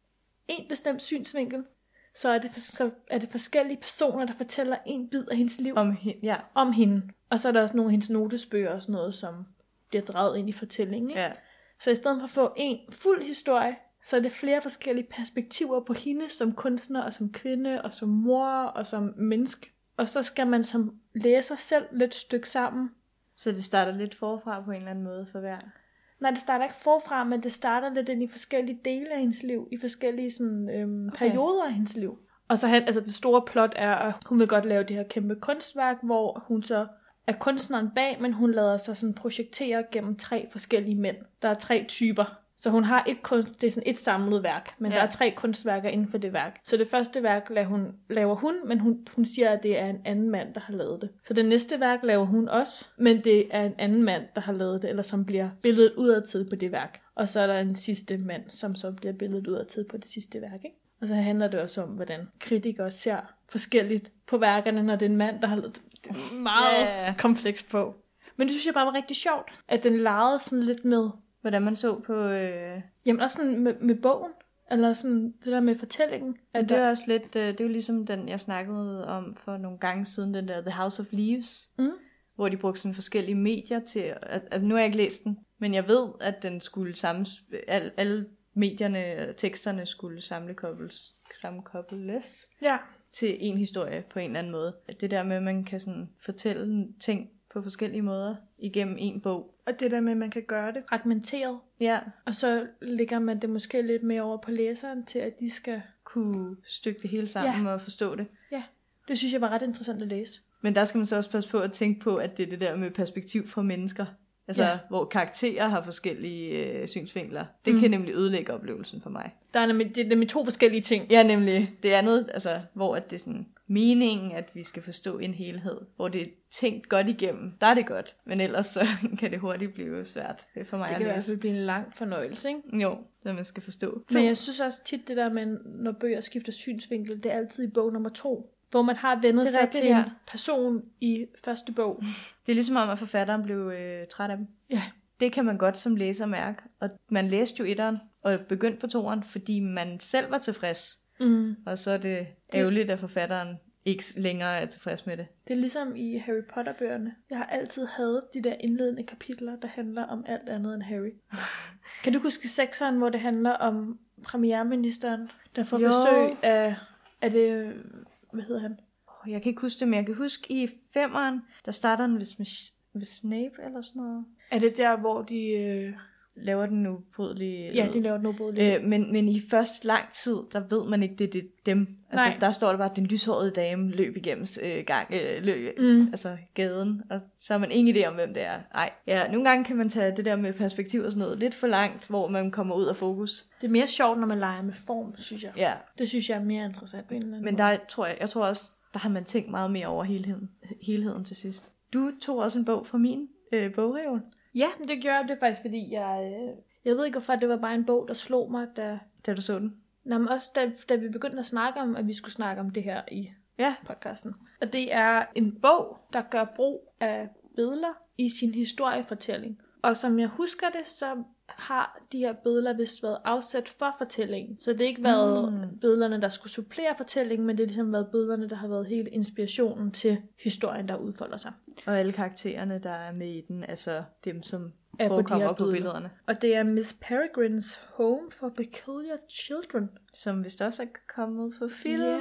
en bestemt synsvinkel, så er det, for, er det forskellige personer, der fortæller en bid af hendes liv Om he- ja. om hende. Og så er der også nogle af hendes notesbøger og sådan noget, som bliver draget ind i fortællingen. Ikke? ja. Så i stedet for at få en fuld historie, så er det flere forskellige perspektiver på hende som kunstner, og som kvinde, og som mor, og som menneske. Og så skal man som læser selv lidt stykke sammen. Så det starter lidt forfra på en eller anden måde for hver. Nej, det starter ikke forfra, men det starter lidt ind i forskellige dele af hendes liv, i forskellige sådan, øhm, Okay. perioder af hendes liv. Og så han, altså det store plot er, at hun vil godt lave det her kæmpe kunstværk, hvor hun så er kunstneren bag, men hun lader sig sådan projektere gennem tre forskellige mænd. Der er tre typer. Så hun har et kunst, det er sådan et samlet værk, men ja. Ja. Der er tre kunstværker inden for det værk. Så det første værk laver hun, laver hun men hun, hun siger, at det er en anden mand, der har lavet det. Så det næste værk laver hun også, men det er en anden mand, der har lavet det, eller som bliver billedet udadtil på det værk. Og så er der en sidste mand, som så bliver billedet udadtil på det sidste værk, ikke? Og så handler det også om, hvordan kritikere ser forskelligt på værkerne, når det er en mand, der har lavet det. Det er en meget Ja, ja. kompleks på. Men det synes jeg bare var rigtig sjovt, at den legede sådan lidt med, Hvordan man så på... Øh... jamen også sådan med, med bogen, eller sådan det der med fortællingen. At At det er der, også lidt... Øh, det er jo ligesom den, jeg snakkede om for nogle gange siden, den der The House of Leaves. Mm. Hvor de brugte sådan forskellige medier til... At, at nu har jeg ikke læst den, men jeg ved, at den skulle samle... Al, alle medierne, teksterne skulle samle kobles, sammenkobles ja, til en historie på en eller anden måde. Det der med, at man kan sådan fortælle ting på forskellige måder igennem en bog. og det der med, at man kan gøre det fragmenteret, Ja, og så lægger man det måske lidt mere over på læseren til, at de skal... kunne stykke det hele sammen ja. og forstå det. Ja, det synes jeg var ret interessant at læse. Men der skal man så også passe på at tænke på, at det er det der med perspektiv fra mennesker. Altså, Ja. hvor karakterer har forskellige øh, synsvinkler. Det Mm. kan nemlig ødelægge oplevelsen for mig. Der er nemlig, det er nemlig to forskellige ting. Ja, nemlig. Det andet, altså, hvor at det er sådan meningen, at vi skal forstå en helhed. Hvor det er tænkt godt igennem. Der er det godt. Men ellers så kan det hurtigt blive svært for mig Det at kan i hvert læse. fald blive en lang fornøjelse, ikke? Jo, når man skal forstå. Men jeg synes også tit det der med, når bøger skifter synsvinkel, det er altid i bog nummer to. Hvor man har vendet Det er sig rigtigt, til ja. en person i første bog. Det er ligesom om, at forfatteren blev øh, træt af dem. Ja. Det kan man godt som læser mærke. Og man læste jo etteren og begyndte på toeren, fordi man selv var tilfreds. Mm. Og så er det ærgerligt, at forfatteren ikke længere er tilfreds med det. Det er ligesom i Harry Potter-bøgerne. Jeg har altid hadet de der indledende kapitler, der handler om alt andet end Harry. Kan du huske sekseren, hvor det handler om premierministeren, der får Jo. besøg af, af det, hvad hedder han? Oh, jeg kan ikke huske det, men jeg kan huske i femeren, der starter den vist med, med Snape eller sådan noget. Er det der, hvor de... Øh... Laver den ubrydelige... Ja, de laver noget både Øh, men, men i først lang tid, der ved man ikke, det er det, dem. Altså, Nej. der står der bare, at den lyshårede dame løb igennem øh, gang, øh, løb, Mm. altså gaden, og så har man ingen idé om, hvem det er. Ej. Ja, nogle gange kan man tage det der med perspektiv og sådan noget lidt for langt, hvor man kommer ud af fokus. Det er mere sjovt, når man leger med form, synes jeg. Ja, Det synes jeg er mere interessant på en eller anden men måde. der tror jeg, jeg tror også, der har man tænkt meget mere over helheden, helheden til sidst. Du tog også en bog fra min øh, bogreol. Ja, det gjorde jeg. Det er faktisk, fordi jeg... Øh... Jeg ved ikke, hvorfor det var bare en bog, der slog mig, da... Da du så den. Nå, men også da, da vi begyndte at snakke om, at vi skulle snakke om det her i Ja. podcasten. Og det er en bog, der gør brug af billeder i sin historiefortælling. Og som jeg husker det, så har de her billeder vist været afsat for fortællingen. Så det har ikke været Mm. billederne, der skulle supplere fortællingen, men det har ligesom været billederne, der har været hele inspirationen til historien, der udfolder sig. Og alle karaktererne, der er med i den, altså dem, som Er på de forekommer her på billeder. billederne. Og det er Miss Peregrine's Home for Peculiar Children. Som vist også er kommet på film. Ja,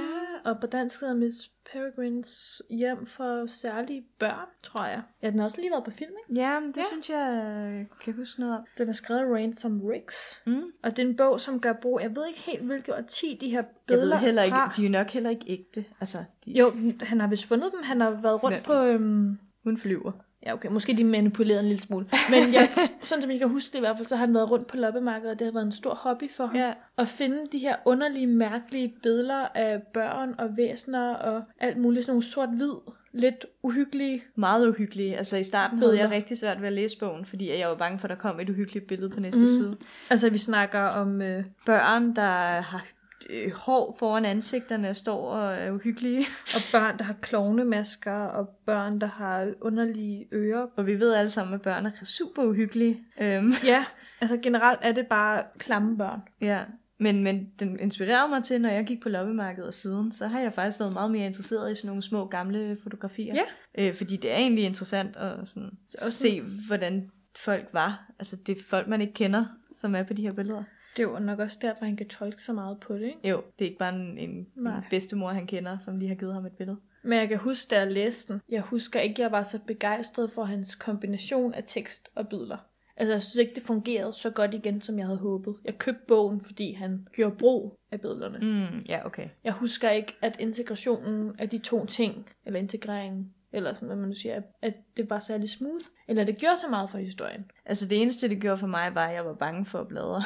og på dansk hedder Miss Peregrines hjem for særlige børn, tror jeg. Ja, den har også lige været på film, ikke? Ja, det Ja. ja. synes jeg, jeg kan huske noget om. Den er skrevet af Ransom Riggs. Mm. Og det er en bog, som gør brug... Jeg ved ikke helt, hvilket årti de her Jeg billeder ved heller ikke, fra. de er jo nok heller ikke ægte. Altså, de, Jo, han har vist fundet dem. Han har været rundt Hvem? på... Øhm... Hun flyver. Ja, okay. Måske de manipulerede en lille smule. Men jeg, sådan som jeg kan huske det i hvert fald, så har han været rundt på loppemarkedet, og det har været en stor hobby for ham. Ja. At finde de her underlige, mærkelige billeder af børn og væsener og alt muligt. Sådan nogle sort-hvid, lidt uhyggelige. Meget uhyggelige. Altså i starten havde jeg Billeder. rigtig svært ved at læse bogen, fordi jeg var bange for, at der kom et uhyggeligt billede på næste Mm. side. Altså, vi snakker om... Øh, Børn, der har øh, hår foran ansigterne, står og er uhyggelige. og børn, der har klovnemasker, og børn, der har underlige ører. Og vi ved alle sammen, at børn er super uhyggelige. Øhm, Ja, altså generelt er det bare klamme børn. ja. Men, men den inspirerede mig til, når jeg gik på loppemarkedet siden, så har jeg faktisk været meget mere interesseret i sådan nogle små gamle fotografier. Ja. Øh, fordi det er egentlig interessant at sådan, også se, hvordan folk var. Altså det er folk, man ikke kender, som er på de her billeder. Det var nok også derfor, han kan tolke så meget på det, ikke? Jo, det er ikke bare en, en, en Nej. bedstemor, han kender, som lige har givet ham et billede. Men jeg kan huske, da jeg læste den, jeg husker ikke, at jeg var så begejstret for hans kombination af tekst og billeder. Altså, jeg synes ikke, det fungerede så godt igen, som jeg havde håbet. Jeg købte bogen, fordi han gjorde brug af billederne. Mm, ja, okay. Jeg husker ikke, at integrationen af de to ting, eller integreringen, eller sådan, hvad man nu siger, at det var særlig smooth, eller det gjorde så meget for historien. Altså det eneste, det gjorde for mig, var, at jeg var bange for at bladre.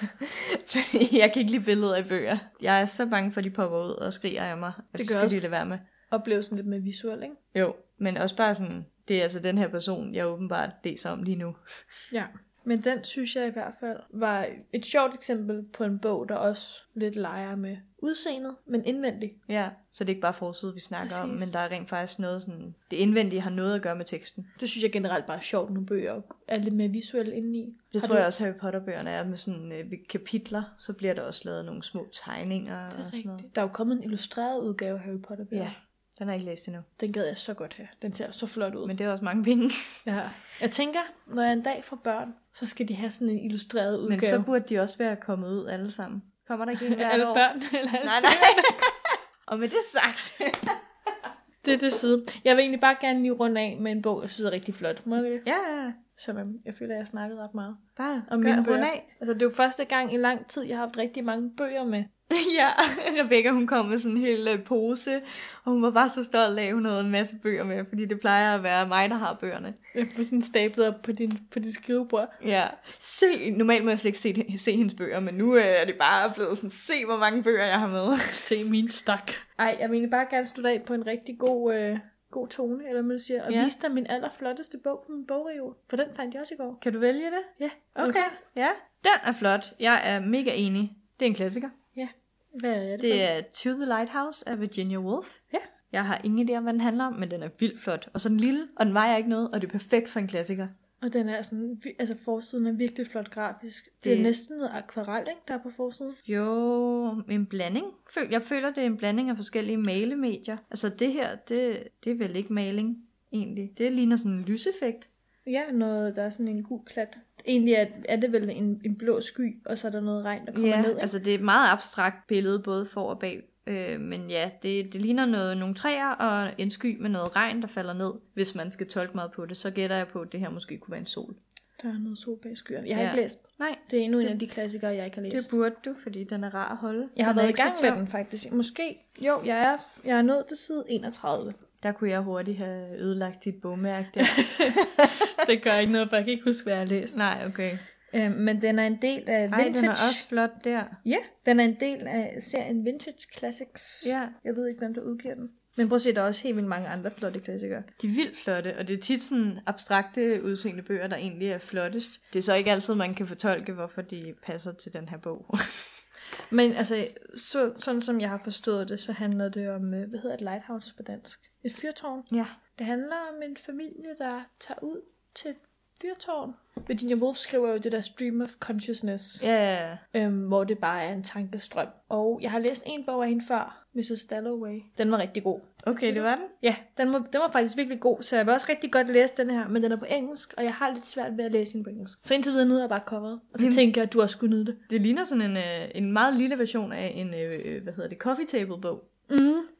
Fordi jeg kan ikke lide billeder af bøger. Jeg er så bange for, at de popper ud og skriger af mig. Det Det gør skal også. de lade være med. Og blev sådan lidt mere visuel, ikke? Jo, men også bare sådan, det er altså den her person, jeg åbenbart læser om lige nu. Ja. Men den synes jeg i hvert fald var et sjovt eksempel på en bog, der også lidt leger med udseendet, men indvendigt. Ja, så det er ikke bare forside, vi snakker Præcis. om, men der er rent faktisk noget sådan, det indvendige har noget at gøre med teksten. Det synes jeg generelt bare er sjovt, nogle bøger er lidt mere visuelle indeni. Det Har tror du- jeg også, Harry Potter-bøgerne er med sådan øh, ved kapitler, så bliver der også lavet nogle små tegninger Det og er sådan noget. rigtigt. Der er jo kommet en illustreret udgave af Harry Potter bøger. Ja, den har jeg ikke læst endnu. Den gad jeg så godt have. Den ser så flot ud. Men det er også mange penge. Ja. Jeg tænker, når jeg en dag får børn, så skal de have sådan en illustreret udgave. Men så burde de også være kommet ud alle sammen. Kommer der ikke en hvert alle år? børn, eller alle Nej, nej. Og med det sagt. Det er det side. Jeg vil egentlig bare gerne lige runde af med en bog, jeg synes er rigtig flot. Må jeg det? Ja, ja. Så jeg føler, at jeg har snakket ret meget Bare om gør mine rundt bøger. af. Altså, det er jo første gang i lang tid, jeg har haft rigtig mange bøger med. Ja, Rebecca, hun kom med sådan en hel øh, pose, og hun var bare så stolt af, at hun havde en masse bøger med, fordi det plejer at være mig, der har bøgerne. Jeg er sådan stablet op på din, på dit skrivebord. Ja, se, normalt må jeg slet ikke se, se hendes bøger, men nu øh, er det bare blevet sådan, se hvor mange bøger jeg har med. Se min stak. Ej, jeg vil egentlig bare gerne slutte af på en rigtig god, øh, god tone, eller hvad man siger, og Ja. vise dig min allerflotteste bog på min bogreol. For den fandt jeg også i går. Kan du vælge det? Ja. er du Okay, klar? ja. Den er flot. Jeg er mega enig. Det er en klassiker. Ja. Hvad er det, Det for? er To the Lighthouse af Virginia Woolf. Ja. Jeg har ingen idé om, hvad den handler om, men den er vildt flot. Og så den lille, og den vejer ikke noget, og det er perfekt for en klassiker. Og den er sådan, vi- altså forsiden er virkelig flot grafisk. Det, Det- det er næsten noget akvarel, ikke, der er på forsiden. Jo, en blanding. Føl- Jeg føler, det er en blanding af forskellige malemedier. Altså det her, det, det er vel ikke maling, egentlig. Det ligner sådan en lyseffekt. Ja, noget, der er sådan en gul klat. Egentlig er, er det vel en, en blå sky, og så er der noget regn, der kommer Ja, ned. Ikke? altså det er et meget abstrakt billede, både for og bag. Øh, men ja, det, det ligner noget, nogle træer og en sky med noget regn, der falder ned. Hvis man skal tolke meget på det, så gætter jeg på, at det her måske kunne være en sol. Der er noget sol bag skyerne. Jeg har Ja. ikke læst. Nej, Det er endnu en af de klassikere, jeg ikke har læst. det burde du, fordi den er rar at holde. Jeg har Den er været i ikke så gang med tung. den faktisk. Måske, jo, jeg er, jeg er nået til side enogtredive. Der kunne jeg hurtigt have ødelagt dit bogmærke der. Det gør ikke noget, for jeg kan ikke huske, hvad jeg har læst. Nej, okay. Øhm, men den er en del af Ej, Vintage. den er også flot der. Ja, den er en del af serien Vintage Classics. Ja. Jeg ved ikke, hvem der udgiver den. Men prøv at se, der er også helt vildt mange andre flotte klassikere. De er vildt flotte, og det er tit sådan abstrakte udseende bøger, der egentlig er flottest. Det er så ikke altid, man kan fortolke, hvorfor de passer til den her bog. Men altså, så, sådan som jeg har forstået det, så handler det om, øh, hvad hedder et lighthouse på dansk? Et fyrtårn. Ja. Det handler om en familie, der tager ud til et fyrtårn. Virginia Woolf skriver jo det der stream of consciousness, Ja, øhm, hvor det bare er en tankestrøm. Og jeg har læst en bog af hende før, missus Dalloway. Den var rigtig god. okay, det var den. Ja, den var, den var faktisk virkelig god, så jeg vil også rigtig godt læse den her, men den er på engelsk, og jeg har lidt svært ved at læse den på engelsk. Så indtil videre nyder jeg bare coveret, og så Jamen. tænker jeg, at du også skulle nyde det. Det ligner sådan en, øh, en meget lille version af en, øh, hvad hedder det, coffee table bog. Mm.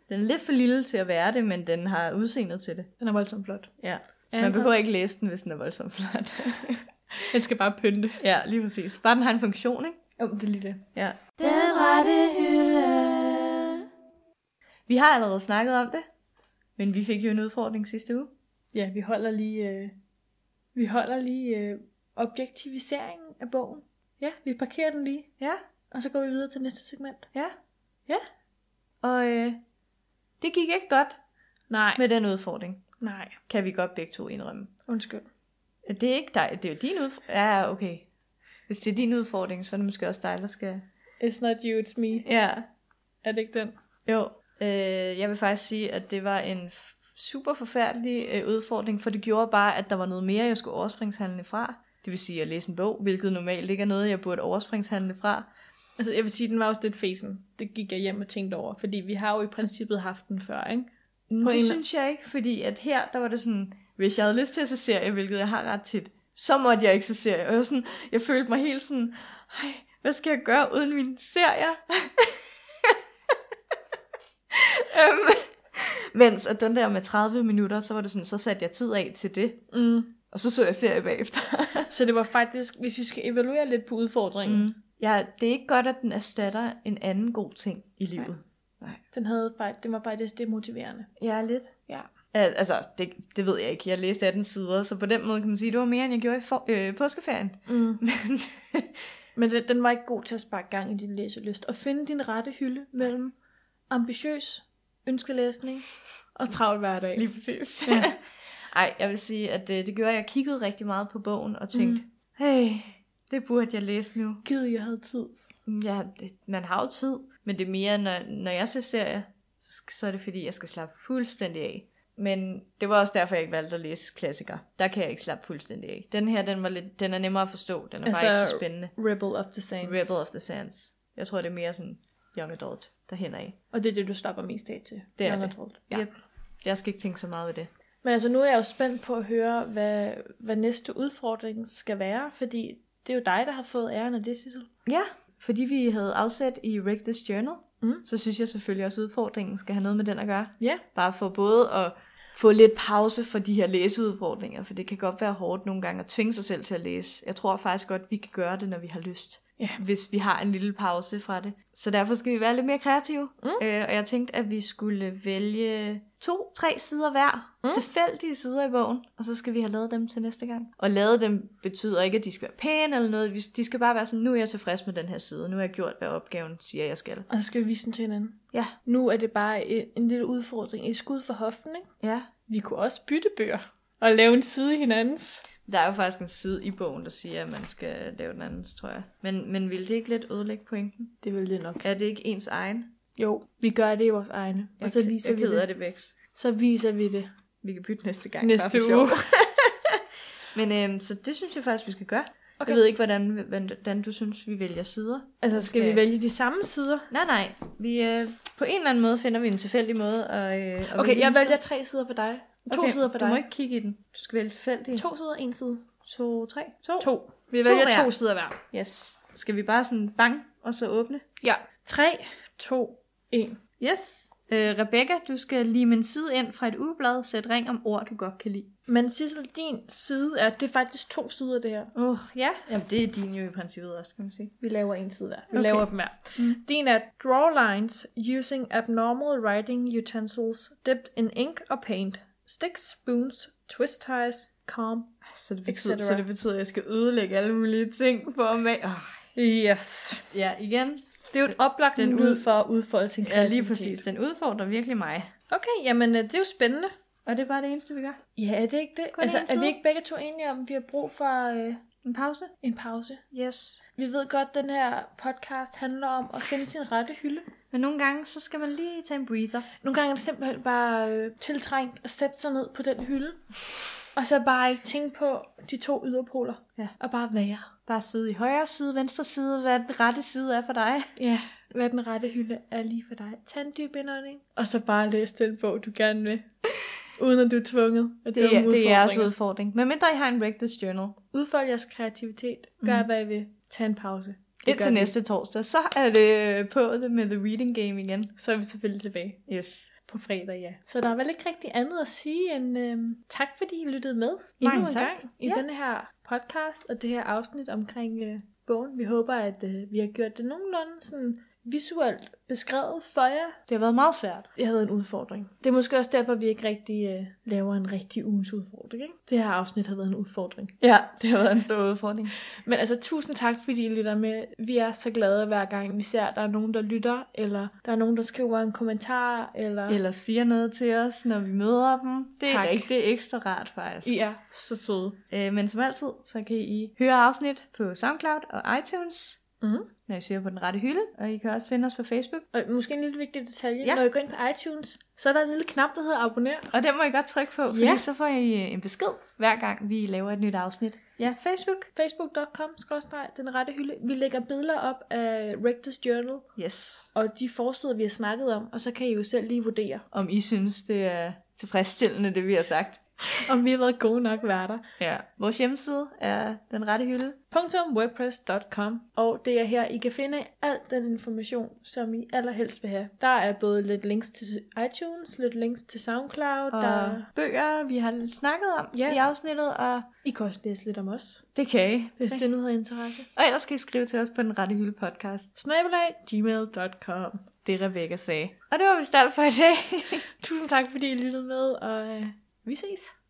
Den er lidt for lille til at være det, men den har udseendet til det. Den er voldsomt flot. Ja. Man behøver ikke læse den, hvis den er voldsomt flot. Den skal bare pynte. Ja, lige præcis. Bare den har en funktion, ikke? Jo, oh, det er lige det. Ja. Den rette hylde. Vi har allerede snakket om det, men vi fik jo en udfordring sidste uge. Ja, vi holder lige, øh, vi holder lige øh, objektiviseringen af bogen. Ja, vi parkerer den lige. Ja. Og så går vi videre til næste segment. Ja. Ja. Og øh, det gik ikke godt Nej. med den udfordring. Nej. Kan vi godt begge to indrømme. Undskyld. Det er ikke dig, det er jo din udfordring. Ja, okay. Hvis det er din udfordring, så er det måske også dig, der skal... It's not you, it's me. Ja. Er det ikke den? Jo. Øh, jeg vil faktisk sige, at det var en f- super forfærdelig øh, udfordring, for det gjorde bare, at der var noget mere, jeg skulle overspringshandle fra. Det vil sige, at læse en bog, hvilket normalt ikke er noget, jeg burde overspringshandle fra. Altså, jeg vil sige, den var også lidt fesen. Det gik jeg hjem og tænkte over, fordi vi har jo i princippet haft den før, ikke? På det en... synes jeg ikke, fordi at her, der var det sådan, hvis jeg havde lyst til at se serie, hvilket jeg har ret tit, så måtte jeg ikke se serie. Og jeg, sådan, jeg følte mig helt sådan, ej, hvad skal jeg gøre uden mine serier? um, mens at den der med tredive minutter, så var det sådan, så satte jeg tid af til det. Mm. Og så så jeg serie bagefter. Så det var faktisk, hvis vi skal evaluere lidt på udfordringen. Mm. Ja, det er ikke godt, at den erstatter en anden god ting i livet. Nej. Nej. Den, havde, den var faktisk demotiverende. Ja, lidt. Ja. Al- altså, det, det ved jeg ikke. Jeg læste atten sider, så på den måde kan man sige, at det var mere, end jeg gjorde i for, øh, påskeferien. Mm. Men den, den var ikke god til at sparke gang i din læselyst. Og finde din rette hylde mellem ambitiøs ønskelæsning og travl hverdag. Lige præcis. Ja. Ej, jeg vil sige, at det, det gjorde, at jeg kiggede rigtig meget på bogen og tænkte, mm. hey, det burde jeg læse nu. Gid, jeg havde tid. Ja, det, man har jo tid, men det er mere, når, når jeg ser serier, så, så er det fordi, jeg skal slappe fuldstændig af. Men det var også derfor, jeg ikke valgte at læse klassikere. Der kan jeg ikke slappe fuldstændig af. Den her, den, var lidt, den er nemmere at forstå. Den er altså, bare ikke så spændende. Rebel of the Sands. Rebel of the Sands. Jeg tror, det er mere sådan young adult, der hænder af. Og det er det, du slapper mest af til. Det er young det. Adult. Ja. Yep. Jeg skal ikke tænke så meget ved det. Men altså, nu er jeg jo spændt på at høre, hvad, hvad næste udfordring skal være. Fordi det er jo dig, der har fået æren af det, Sissel. Ja, fordi vi havde afsat i Write This Journal, mm. så synes jeg selvfølgelig også, at udfordringen skal have noget med den at gøre. Ja. Bare for både at få lidt pause for de her læseudfordringer, for det kan godt være hårdt nogle gange at tvinge sig selv til at læse. Jeg tror faktisk godt, vi kan gøre det, når vi har lyst. Ja. Hvis vi har en lille pause fra det. Så derfor skal vi være lidt mere kreative. Mm. Øh, og jeg tænkte, at vi skulle vælge to, tre sider hver. Mm. Tilfældige sider i bogen. Og så skal vi have lavet dem til næste gang. Og lavet dem betyder ikke, at de skal være pæne eller noget. De skal bare være sådan, nu er jeg tilfreds med den her side. Nu har jeg gjort, hvad opgaven siger, jeg skal. Og så skal vi vise den til hinanden. Ja. Nu er det bare en, en lille udfordring. Et skud for hoften, ikke? Ja. Vi kunne også bytte bøger. Og lave en side i hinandens. Der er jo faktisk en side i bogen, der siger, at man skal lave den andens, tror jeg. Men, men vil det ikke lidt ødelægge pointen? Det vil det nok. Er det ikke ens egen? Jo, vi gør det i vores egne. Jeg, og så viser jeg vi keder det. det væk. Så viser vi det. Vi kan bytte næste gang. Næste uge. Men øhm, så det synes jeg faktisk, vi skal gøre. Okay. Jeg ved ikke, hvordan, hvordan du synes, vi vælger sider. Altså, skal okay. vi vælge de samme sider? Nej, nej. Vi, øh, på en eller anden måde finder vi en tilfældig måde. Og, øh, okay, jeg vælger tre sider for dig. To okay, sider for dig. Du må ikke kigge i den. Du skal vælge tilfældig. To sider, en side. To, tre. To. To. Vi to vælger hver. to sider hver. Yes. Skal vi bare sådan bang, og så åbne? Ja. Tre, to, en. Yes. Øh, Rebecca, du skal lime en side ind fra et ugeblad, sæt ring om ord, du godt kan lide. Men Sissel, din side er, det er faktisk to sider det her. Åh, oh, ja. Jamen, det er din jo i princippet også, kan man sige. Vi laver en side hver. Vi okay. laver dem hver. Mm. Din er draw lines using abnormal writing utensils dipped in ink or paint. Sticks, spoons, twist ties, comb, så det betyder, så det betyder, at jeg skal ødelægge alle mulige ting for mig. Oh. Yes. Ja, igen. Det er jo et oplagt mulighed ud... for at udfolde sin kreativitet. Ja, lige præcis. Den udfordrer virkelig mig. Okay, jamen det er jo spændende. Og det er bare det eneste, vi gør. Ja, er det ikke det? Kun altså, er vi ikke begge to enige om, at vi har brug for øh, en pause? En pause. Yes. Vi ved godt, at den her podcast handler om at finde sin rette hylde. Men nogle gange, så skal man lige tage en breather. Nogle gange er det simpelthen bare øh, tiltrængt at sætte sig ned på den hylde. Og så bare ikke tænke på de to yderpoler. Ja. Og bare være. Bare sidde i højre side, venstre side, hvad den rette side er for dig. Ja, hvad den rette hylde er lige for dig. Tag en dyb indånding. Og så bare læs den bog, du gerne vil. Uden at du er tvunget. Det, det, er, det er jeres udfordring. Men mindre I har en Write This Journal. Udfold jeres kreativitet. Gør, mm. hvad I vil. Tag en pause. Indtil næste torsdag, så er det på med The Reading Game igen. Så er vi selvfølgelig tilbage. Yes. på fredag, ja. Så der er vel ikke rigtig andet at sige end øhm, tak, fordi I lyttede med Mange endnu en tak. gang i Ja. denne her podcast og det her afsnit omkring øh, bogen. Vi håber, at øh, vi har gjort det nogenlunde sådan visuelt beskrevet for jer. Det har været meget svært. Det har været en udfordring. Det er måske også derfor, vi ikke rigtig øh, laver en rigtig ugens udfordring. Ikke? Det her afsnit har været en udfordring. Ja, det har været en stor udfordring. Men altså, tusind tak, fordi I lytter med. Vi er så glade hver gang, vi ser, at der er nogen, der lytter, eller der er nogen, der skriver en kommentar, eller... Eller siger noget til os, når vi møder dem. Det er Tak. rigtig ekstra rart, faktisk. I er så søde. Øh, men som altid, så kan I høre afsnit på SoundCloud og iTunes, Mm-hmm. når I søger på Den Rette Hylde. Og I kan også finde os på Facebook. Og måske en lille vigtig detalje. Ja. Når I går ind på iTunes, så er der en lille knap, der hedder abonner. Og den må I godt trykke på, fordi Ja. så får I en besked, hver gang vi laver et nyt afsnit. Ja, Facebook. facebook punktum com skråstreg den rette hylde. Vi lægger billeder op af Rector's Journal, Yes. og de forsider, vi har snakket om, og så kan I jo selv lige vurdere, Om I synes, det er tilfredsstillende, det vi har sagt. om vi har været gode nok værter. Ja. Vores hjemmeside er Den Rette Hylde. .wordpress punktum com, og det er her, I kan finde al den information, som I allerhelst vil have. Der er både lidt links til iTunes, lidt links til SoundCloud, Og der... bøger, vi har snakket om Ja. i afsnittet, og I kan også læse lidt om os, det kan I. hvis det nu hedder interesse. Og ellers kan I skrive til os på Den Rette Hylde podcast. snabelag gmail punktum com. Det Rebecca sagde. Og det var vist alt for i dag. Tusind tak, fordi I lyttede med, og øh, vi ses.